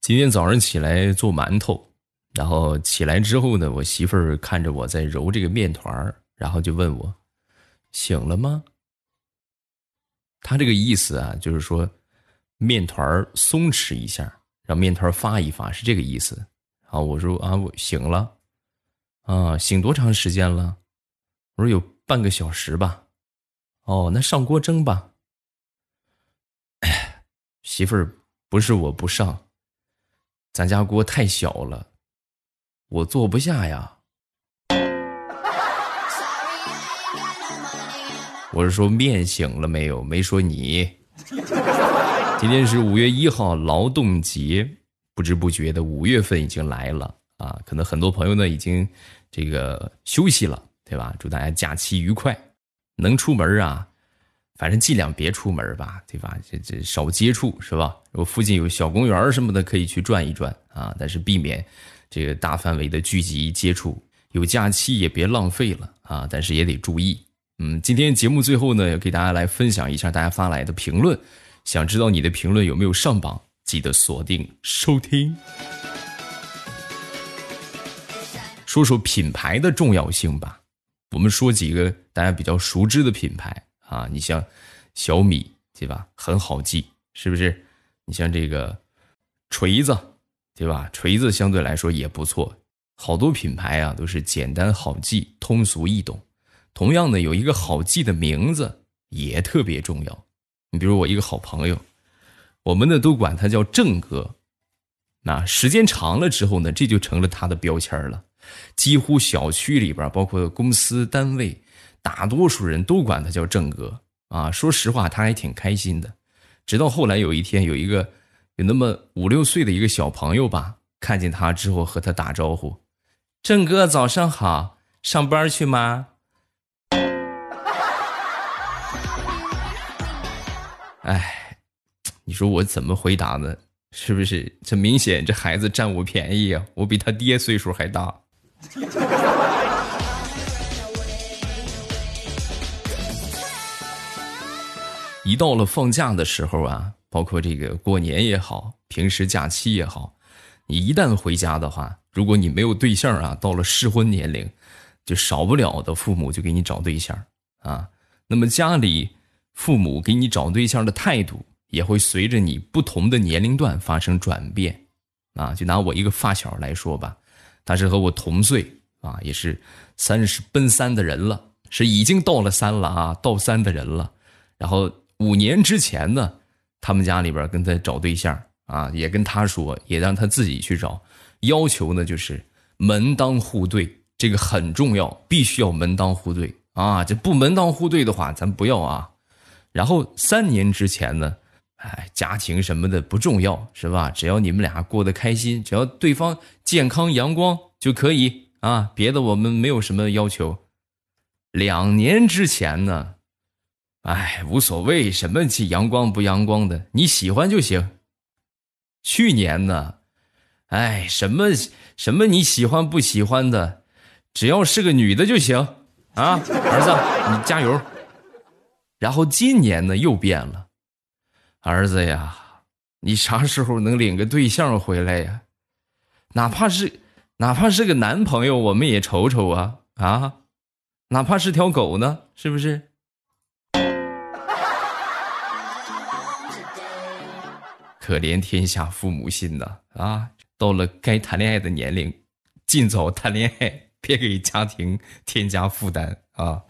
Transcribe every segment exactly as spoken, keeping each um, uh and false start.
今天早上起来做馒头，然后起来之后呢，我媳妇儿看着我在揉这个面团，然后就问我醒了吗？她这个意思啊，就是说面团松弛一下，让面团发一发，是这个意思。啊，我说啊，我醒了。啊，醒多长时间了？我说有半个小时吧。哦，那上锅蒸吧。哎，媳妇儿，不是我不上，咱家锅太小了，我做不下呀。我是说面醒了没有，没说你。今天是五月一号，劳动节，不知不觉的五月份已经来了啊！可能很多朋友呢已经这个休息了，对吧？祝大家假期愉快，能出门啊，反正尽量别出门吧，对吧？这这少接触是吧？如果附近有小公园什么的，可以去转一转啊，但是避免这个大范围的聚集接触。有假期也别浪费了啊，但是也得注意。嗯，今天节目最后呢，给大家来分享一下大家发来的评论，想知道你的评论有没有上榜，记得锁定收听。说说品牌的重要性吧，我们说几个大家比较熟知的品牌啊，你像小米，对吧？很好记，是不是？你像这个锤子，对吧？锤子相对来说也不错，好多品牌啊都是简单好记，通俗易懂。同样的，有一个好记的名字也特别重要。你比如我一个好朋友，我们呢都管他叫郑哥。那时间长了之后呢，这就成了他的标签了。几乎小区里边，包括公司单位，大多数人都管他叫郑哥啊。说实话，他还挺开心的。直到后来有一天，有一个有那么五六岁的一个小朋友吧，看见他之后和他打招呼：“郑哥，早上好，上班去吗？”哎，你说我怎么回答呢？是不是？这明显这孩子占我便宜啊！我比他爹岁数还大。一到了放假的时候啊，包括这个过年也好，平时假期也好，你一旦回家的话，如果你没有对象啊，到了适婚年龄，就少不了的父母就给你找对象啊。那么家里父母给你找对象的态度也会随着你不同的年龄段发生转变啊。就拿我一个发小来说吧，他是和我同岁啊，也是三十奔三的人了，是已经到了三了啊，到三的人了。然后五年之前呢，他们家里边跟他找对象啊，也跟他说，也让他自己去找，要求呢就是门当户对，这个很重要，必须要门当户对啊，这不门当户对的话，咱不要啊。然后三年之前呢，哎，家庭什么的不重要，是吧？只要你们俩过得开心，只要对方健康阳光就可以啊，别的我们没有什么要求。两年之前呢，哎，无所谓什么阳光不阳光的，你喜欢就行。去年呢，哎，什么什么你喜欢不喜欢的，只要是个女的就行啊，儿子你加油。然后今年呢又变了，儿子呀，你啥时候能领个对象回来呀？哪怕是哪怕是个男朋友，我们也瞅瞅啊啊！哪怕是条狗呢，是不是？可怜天下父母心呐啊！到了该谈恋爱的年龄，尽早谈恋爱，别给家庭添加负担啊！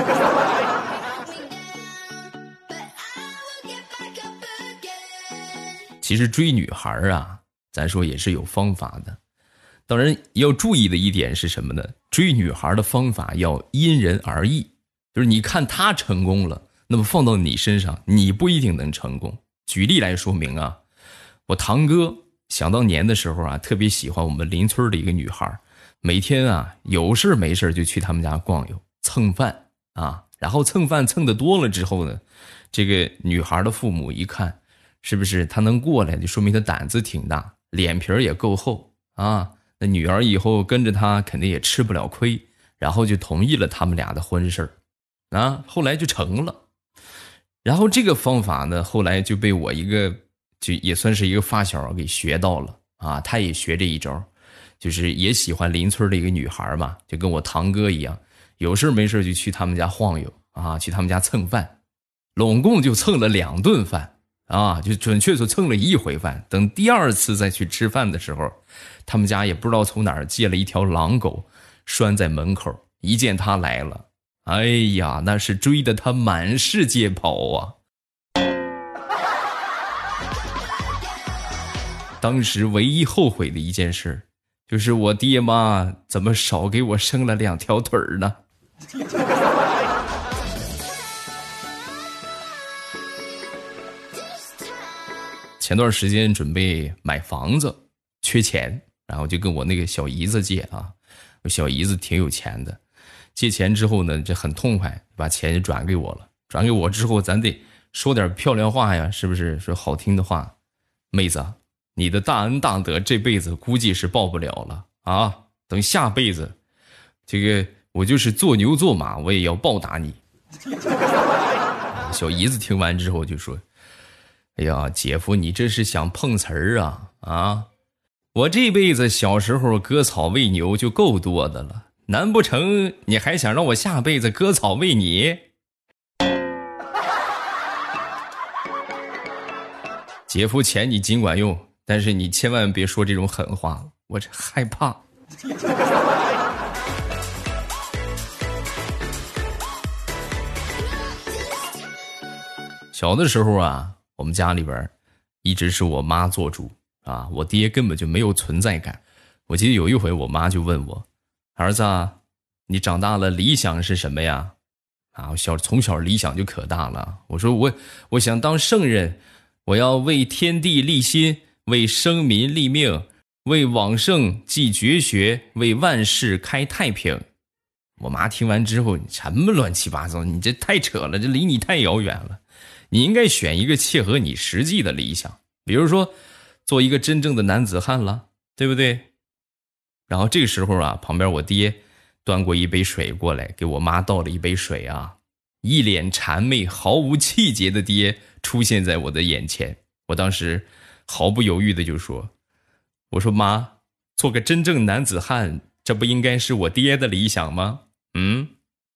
其实追女孩啊，咱说也是有方法的。当然要注意的一点是什么呢？追女孩的方法要因人而异，就是你看她成功了，那么放到你身上，你不一定能成功。举例来说明啊，我堂哥想当年的时候啊，特别喜欢我们邻村的一个女孩，每天啊有事没事就去他们家逛悠蹭饭啊，然后蹭饭蹭得多了之后呢，这个女孩的父母一看，是不是他能过来，就说明他胆子挺大，脸皮也够厚啊。那女儿以后跟着他肯定也吃不了亏，然后就同意了他们俩的婚事啊，后来就成了。然后这个方法呢，后来就被我一个就也算是一个发小给学到了啊，他也学这一招，就是也喜欢邻村的一个女孩嘛，就跟我堂哥一样，有事没事就去他们家晃悠啊，去他们家蹭饭，拢共就蹭了两顿饭啊，就准确说蹭了一回饭。等第二次再去吃饭的时候，他们家也不知道从哪儿借了一条狼狗拴在门口，一见他来了，哎呀，那是追得他满世界跑啊。当时唯一后悔的一件事，就是我爹妈怎么少给我生了两条腿儿呢？前段时间准备买房子，缺钱，然后就跟我那个小姨子借啊，我小姨子挺有钱的，借钱之后呢，这很痛快，把钱就转给我了。转给我之后，咱得说点漂亮话呀，是不是？说好听的话，妹子，你的大恩大德这辈子估计是报不了了啊！等下辈子，这个我就是做牛做马，我也要报答你。小姨子听完之后就说：“哎呀，姐夫，你这是想碰瓷儿啊？啊，我这辈子小时候割草喂牛就够多的了，难不成你还想让我下辈子割草喂你？”姐夫，钱你尽管用。但是你千万别说这种狠话，我这害怕。小的时候啊，我们家里边一直是我妈做主啊，我爹根本就没有存在感。我记得有一回我妈就问我：“儿子啊，你长大了理想是什么呀？”啊，我小从小理想就可大了。我说我我想当圣人，我要为天地立心，为生民立命，为往圣继绝学，为万世开太平。我妈听完之后，什么乱七八糟，你这太扯了，这离你太遥远了。你应该选一个切合你实际的理想，比如说做一个真正的男子汉了，对不对？然后这个时候啊，旁边我爹端过一杯水过来，给我妈倒了一杯水啊，一脸谄媚毫无气节的爹出现在我的眼前。我当时毫不犹豫的就说：“我说妈，做个真正男子汉，这不应该是我爹的理想吗？嗯。”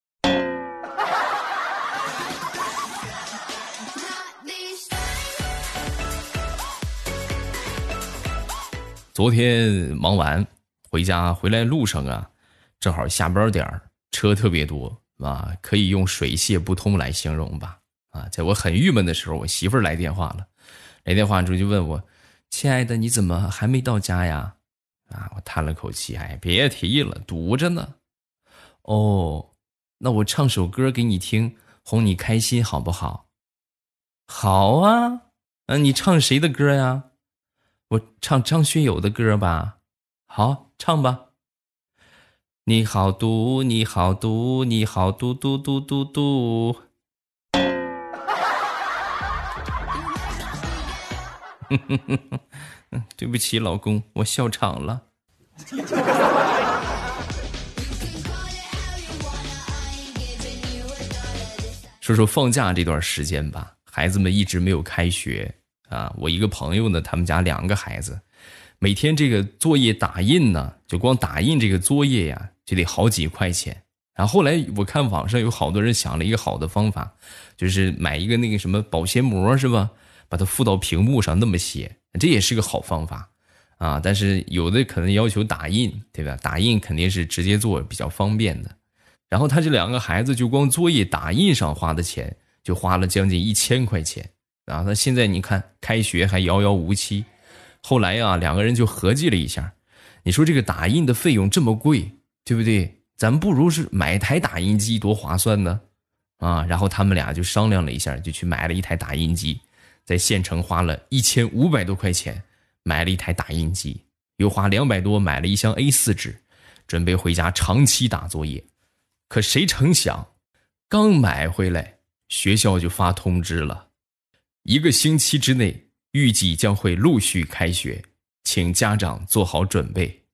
昨天忙完回家，回来路上啊，正好下班点儿，车特别多啊，可以用水泄不通来形容吧。啊，在我很郁闷的时候，我媳妇儿来电话了，来电话之后就问我：“亲爱的，你怎么还没到家呀？”啊，我叹了口气，哎，别提了，堵着呢。哦，那我唱首歌给你听，哄你开心好不好？好啊，啊，你唱谁的歌呀？我唱张学友的歌吧。好，唱吧。你好嘟，你好嘟，你好嘟嘟嘟嘟嘟。对不起，老公，我笑场了。说说放假这段时间吧，孩子们一直没有开学啊。我一个朋友呢，他们家两个孩子，每天这个作业打印呢，就光打印这个作业呀，就得好几块钱。然后后来我看网上有好多人想了一个好的方法，就是买一个那个什么保鲜膜是吧，把它附到屏幕上那么写，这也是个好方法啊。但是有的可能要求打印，对吧？打印肯定是直接做比较方便的。然后他这两个孩子就光作业打印上花的钱就花了将近一千块钱啊！那现在你看开学还遥遥无期，后来啊两个人就合计了一下，你说这个打印的费用这么贵，对不对？咱们不如是买台打印机多划算呢啊！然后他们俩就商量了一下，就去买了一台打印机，在县城花了一千五百多块钱买了一台打印机，又花两百多买了一箱 A 四 纸，准备回家长期打作业。可谁成想，刚买回来，学校就发通知了，一个星期之内预计将会陆续开学，请家长做好准备。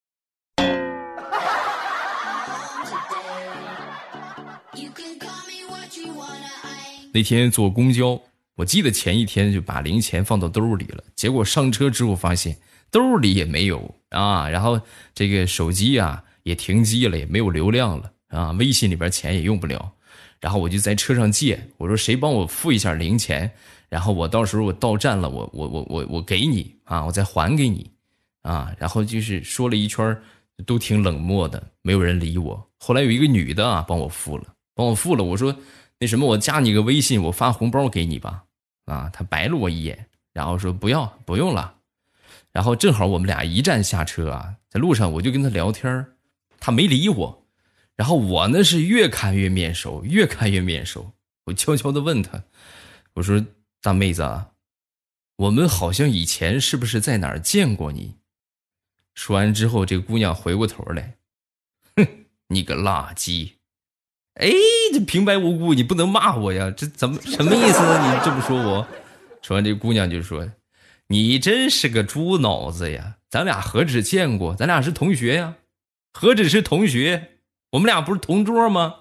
那天坐公交，我记得前一天就把零钱放到兜里了，结果上车之后发现兜里也没有啊，然后这个手机啊也停机了，也没有流量了啊，微信里边钱也用不了。然后我就在车上借，我说谁帮我付一下零钱，然后我到时候我到站了，我我我我我给你啊，我再还给你啊。然后就是说了一圈，都挺冷漠的，没有人理我。后来有一个女的啊帮我付了，帮我付了，我说那什么，我加你个微信，我发红包给你吧。啊，她白了我一眼，然后说不要不用了。然后正好我们俩一站下车啊，在路上我就跟她聊天，她没理我。然后我呢是越看越面熟，越看越面熟。我悄悄地问她，我说大妹子啊，我们好像以前是不是在哪儿见过你？说完之后，这个姑娘回过头来，哼，你个垃圾！哎，这平白无故你不能骂我呀，这怎么什么意思呢？你这么说我。说完这姑娘就说，你真是个猪脑子呀，咱俩何止见过，咱俩是同学呀，何止是同学，我们俩不是同桌吗？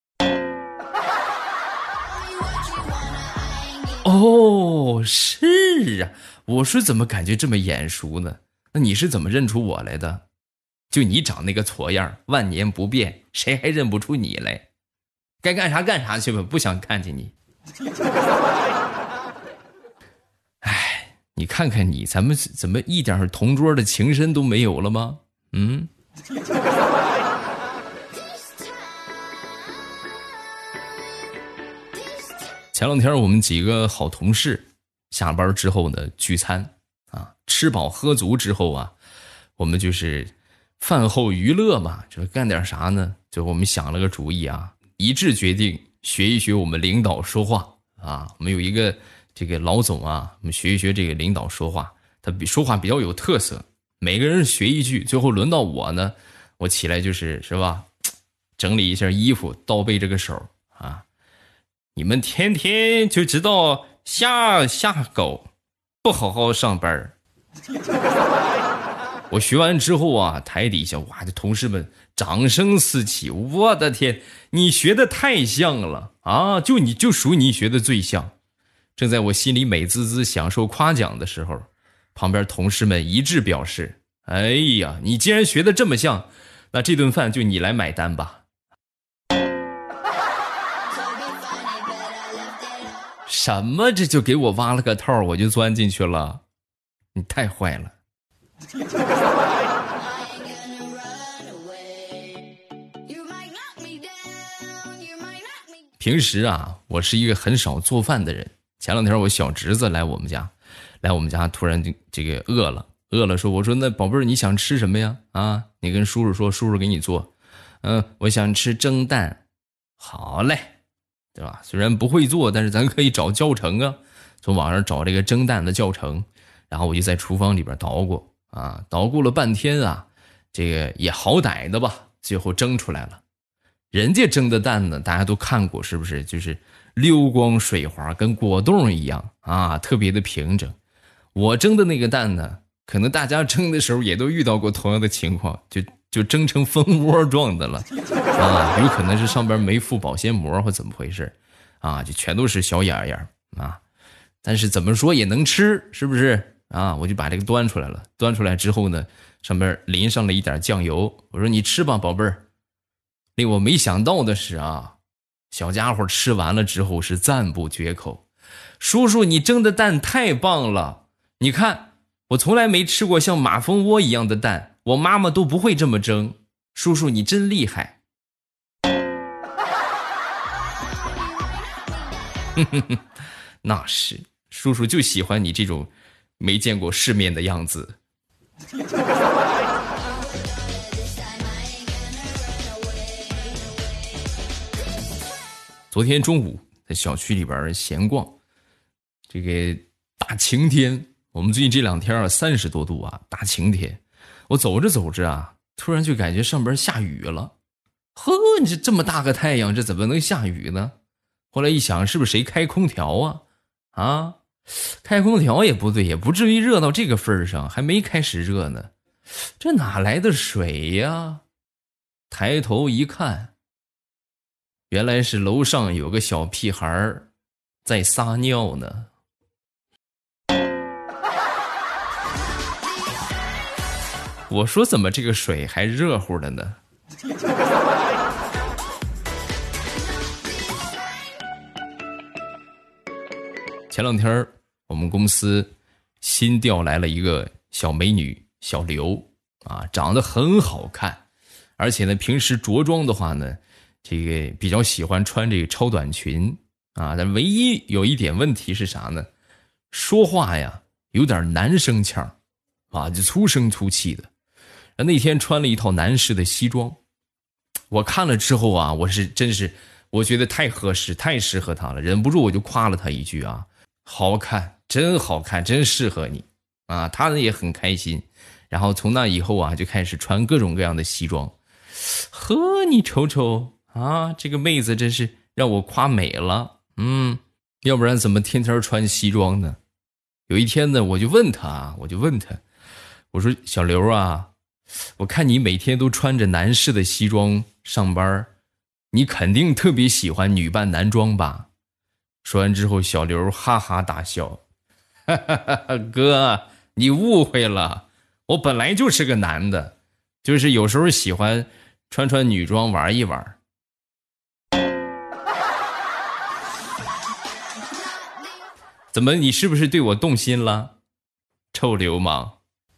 哦，是啊，我说怎么感觉这么眼熟呢？那你是怎么认出我来的？就你长那个矬样，万年不变，谁还认不出你来？该干啥干啥去吧，不想看见你。哎，你看看你，咱们怎么一点同桌的情深都没有了吗？嗯。前两天我们几个好同事下班之后呢聚餐啊，吃饱喝足之后啊，我们就是饭后娱乐嘛，就干点啥呢？就我们想了个主意啊，一致决定学一学我们领导说话啊。我们有一个这个老总啊，我们学一学这个领导说话，他比说话比较有特色，每个人学一句，最后轮到我呢，我起来就是是吧，整理一下衣服，倒背这个手啊。你们天天就知道下下狗，不好好上班。我学完之后啊，台底下哇，这同事们掌声四起。我的天，你学的太像了啊！就你就属你学的最像。正在我心里美滋滋享受夸奖的时候，旁边同事们一致表示：哎呀，你既然学的这么像，那这顿饭就你来买单吧。什么？这就给我挖了个套，我就钻进去了？你太坏了！平时啊，我是一个很少做饭的人。前两天我小侄子来我们家，来我们家突然就这个饿了，饿了说，我说那宝贝儿你想吃什么呀？啊，你跟叔叔说，叔叔给你做。嗯，我想吃蒸蛋。好嘞。对吧？虽然不会做，但是咱可以找教程啊，从网上找这个蒸蛋的教程，然后我就在厨房里边捣鼓啊，捣鼓了半天啊，这个也好歹的吧，最后蒸出来了。人家蒸的蛋呢，大家都看过是不是？就是溜光水滑，跟果冻一样啊，特别的平整。我蒸的那个蛋呢，可能大家蒸的时候也都遇到过同样的情况，就就蒸成蜂窝状的了啊，有可能是上边没附保鲜膜或怎么回事啊，就全都是小眼眼啊。但是怎么说也能吃，是不是啊？我就把这个端出来了，端出来之后呢，上边淋上了一点酱油，我说你吃吧，宝贝儿。令我没想到的是啊，小家伙吃完了之后是赞不绝口，叔叔你蒸的蛋太棒了，你看我从来没吃过像马蜂窝一样的蛋，我妈妈都不会这么蒸，叔叔你真厉害。那是，叔叔就喜欢你这种没见过世面的样子。昨天中午在小区里边闲逛，这个大晴天，我们最近这两天啊三十多度啊，大晴天。我走着走着啊，突然就感觉上边下雨了。呵，你这这么大个太阳，这怎么能下雨呢？后来一想，是不是谁开空调啊？啊，开空调也不对，也不至于热到这个份上，还没开始热呢。这哪来的水呀？抬头一看，原来是楼上有个小屁孩在撒尿呢。 我说怎么这个水还热乎的呢？前两天我们公司新调来了一个小美女小刘啊，长得很好看，而且呢平时着装的话呢，这个比较喜欢穿这个超短裙啊，但唯一有一点问题是啥呢？说话呀有点男生腔啊，就粗声粗气的。那天穿了一套男士的西装，我看了之后啊，我是真是我觉得太合适，太适合他了，忍不住我就夸了他一句啊，好看，真好看，真适合你啊！他也很开心。然后从那以后啊，就开始穿各种各样的西装。呵，你瞅瞅啊，这个妹子真是让我夸美了。嗯，要不然怎么天天穿西装呢？有一天呢，我就问他，我就问他，我说小刘啊，我看你每天都穿着男士的西装上班，你肯定特别喜欢女扮男装吧？说完之后，小刘哈哈大笑，哈哈哈，哥，你误会了。我本来就是个男的，就是有时候喜欢穿穿女装玩一玩。怎么，你是不是对我动心了？臭流氓！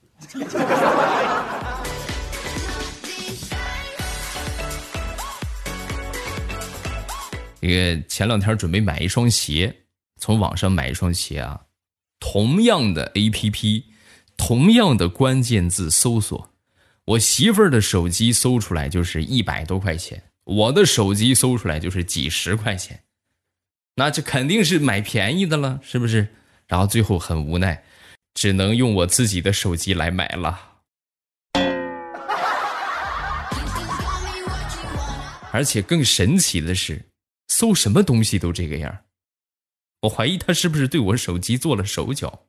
这个前两天准备买一双鞋，从网上买一双鞋啊，同样的 A P P。同样的关键字搜索，我媳妇儿的手机搜出来就是一百多块钱，我的手机搜出来就是几十块钱，那这肯定是买便宜的了，是不是？然后最后很无奈，只能用我自己的手机来买了。而且更神奇的是，搜什么东西都这个样，我怀疑他是不是对我手机做了手脚。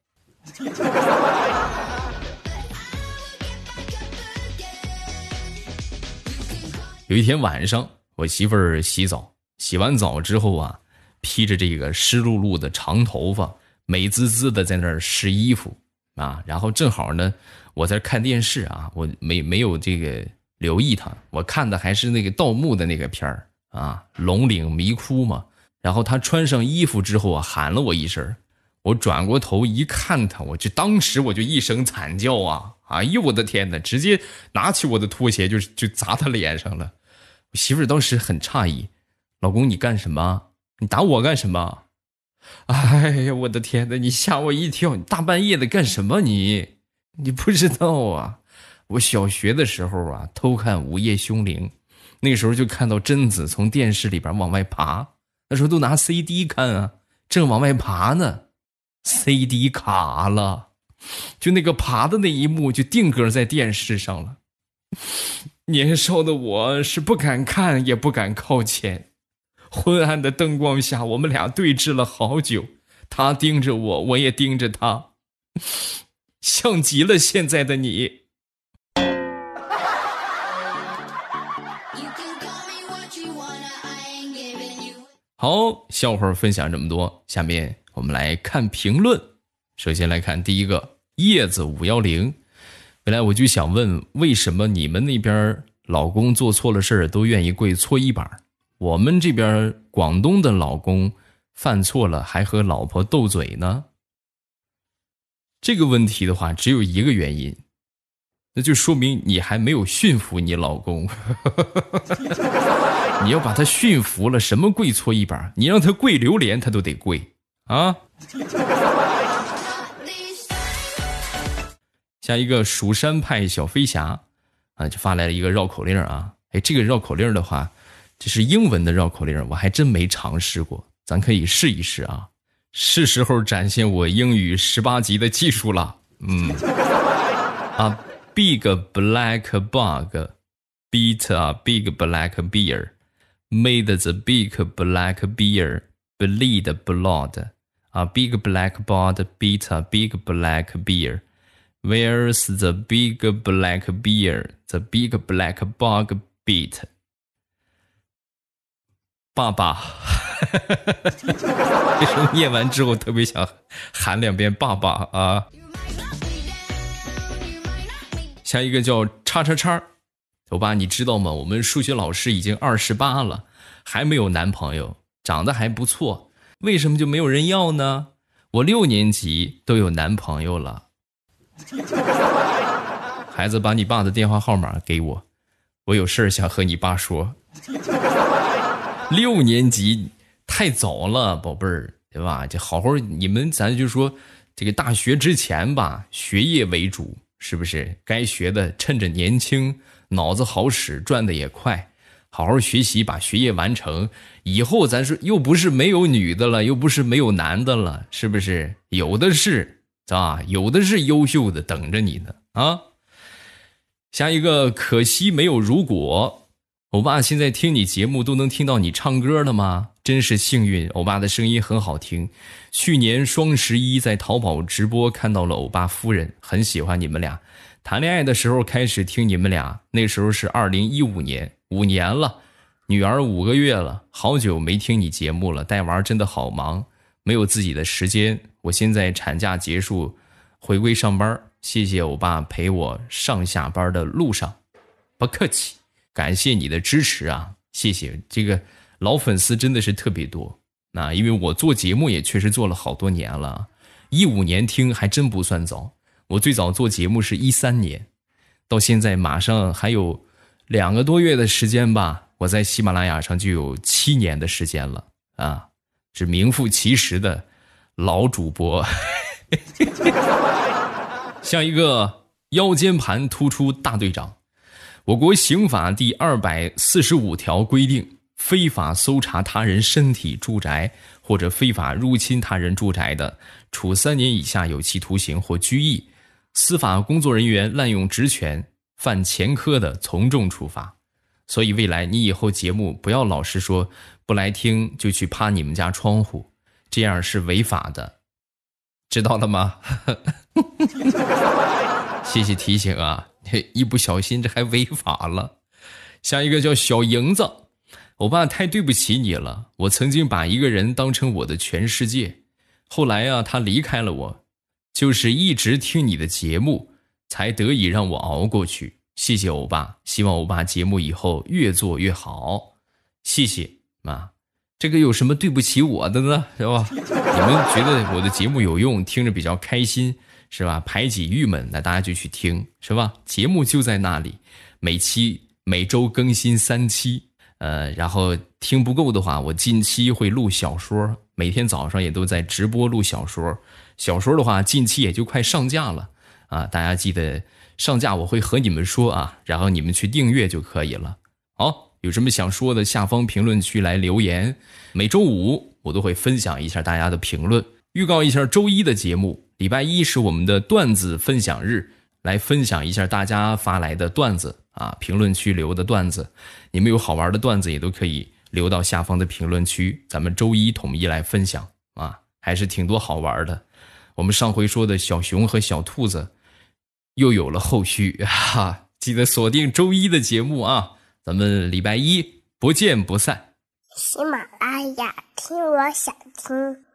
有一天晚上，我媳妇儿洗澡，洗完澡之后啊，披着这个湿漉漉的长头发，美滋滋的在那儿试衣服啊。然后正好呢，我在看电视啊，我没没有这个留意她，我看的还是那个盗墓的那个片儿啊，龙岭迷窟嘛。然后她穿上衣服之后啊，喊了我一声，我转过头一看她，我就当时我就一声惨叫啊！哎呦我的天哪，直接拿起我的拖鞋就就砸她脸上了。我媳妇儿当时很诧异，老公你干什么？你打我干什么？哎呀，我的天哪，你吓我一跳！你大半夜的干什么你？你不知道啊，我小学的时候啊，偷看《午夜凶铃》，那个时候就看到贞子从电视里边往外爬，那时候都拿 C D 看啊，正往外爬呢 ，C D 卡了，就那个爬的那一幕就定格在电视上了。年少的我是不敢看也不敢靠前，昏暗的灯光下我们俩对峙了好久，他盯着我，我也盯着他，像极了现在的你。好，笑话分享这么多，下面我们来看评论。首先来看第一个，叶子五一零，本来我就想问，为什么你们那边老公做错了事儿都愿意跪搓衣板，我们这边广东的老公犯错了还和老婆斗嘴呢？这个问题的话只有一个原因，那就说明你还没有驯服你老公。你要把他驯服了，什么跪搓衣板，你让他跪榴莲他都得跪啊。下一个蜀山派小飞侠啊，就发来了一个绕口令啊。哎，这个绕口令的话，这是英文的绕口令，我还真没尝试过，咱可以试一试啊。是时候展现我英语十八级的技术了。嗯，啊 ，Big black bug beat a big black bear, made the big black bear bleed blood. A big black bug beat a big black bear.Where's the big black bear? The big black bug beat. 爸爸。为什么念完之后特别想喊两遍爸爸啊？ 下一个叫叉叉叉，欧巴你知道吗？我们数学老师已经二十八了，还没有男朋友，长得还不错，为什么就没有人要呢？我六年级都有男朋友了。孩子，把你爸的电话号码给我，我有事想和你爸说。六年级太早了，宝贝儿，对吧？这好好你们咱就说这个大学之前吧，学业为主，是不是？该学的趁着年轻，脑子好使，赚的也快，好好学习，把学业完成。以后咱说又不是没有女的了，又不是没有男的了，是不是？有的是啊，有的是优秀的等着你呢啊！下一个，可惜没有如果。欧巴现在听你节目都能听到你唱歌了吗？真是幸运，欧巴的声音很好听。去年双十一在淘宝直播看到了欧巴夫人，很喜欢你们俩。谈恋爱的时候开始听你们俩，那时候是二零一五年，五年了，女儿五个月了，好久没听你节目了，带娃真的好忙，没有自己的时间。我现在产假结束，回归上班，谢谢欧巴陪我上下班的路上。不客气，感谢你的支持啊，谢谢。这个老粉丝真的是特别多，那因为我做节目也确实做了好多年了，一五年听还真不算早，我最早做节目是一三年，到现在马上还有两个多月的时间吧，我在喜马拉雅上就有七年的时间了啊，是名副其实的老主播。像一个腰间盘突出大队长。我国刑法第二百四十五条规定，非法搜查他人身体、住宅或者非法入侵他人住宅的，处三年以下有期徒刑或拘役；司法工作人员滥用职权、犯前科的，从重处罚。所以未来你以后节目不要老是说不来听就去趴你们家窗户，这样是违法的，知道了吗？谢谢提醒啊，一不小心这还违法了。下一个叫小营子，欧巴太对不起你了，我曾经把一个人当成我的全世界，后来啊他离开了我，就是一直听你的节目才得以让我熬过去，谢谢欧巴，希望欧巴节目以后越做越好，谢谢啊。这个有什么对不起我的呢，是吧？你们觉得我的节目有用，听着比较开心，是吧？排解郁闷，那大家就去听，是吧？节目就在那里，每期每周更新三期，呃，然后听不够的话，我近期会录小说，每天早上也都在直播录小说。小说的话，近期也就快上架了啊，大家记得上架我会和你们说啊，然后你们去订阅就可以了。好，有什么想说的，下方评论区来留言。每周五我都会分享一下大家的评论，预告一下周一的节目。礼拜一是我们的段子分享日，来分享一下大家发来的段子啊，评论区留的段子，你们有好玩的段子也都可以留到下方的评论区，咱们周一统一来分享啊，还是挺多好玩的。我们上回说的小熊和小兔子又有了后续哈，记得锁定周一的节目啊，咱们礼拜一不见不散。 喜马拉雅听我想听。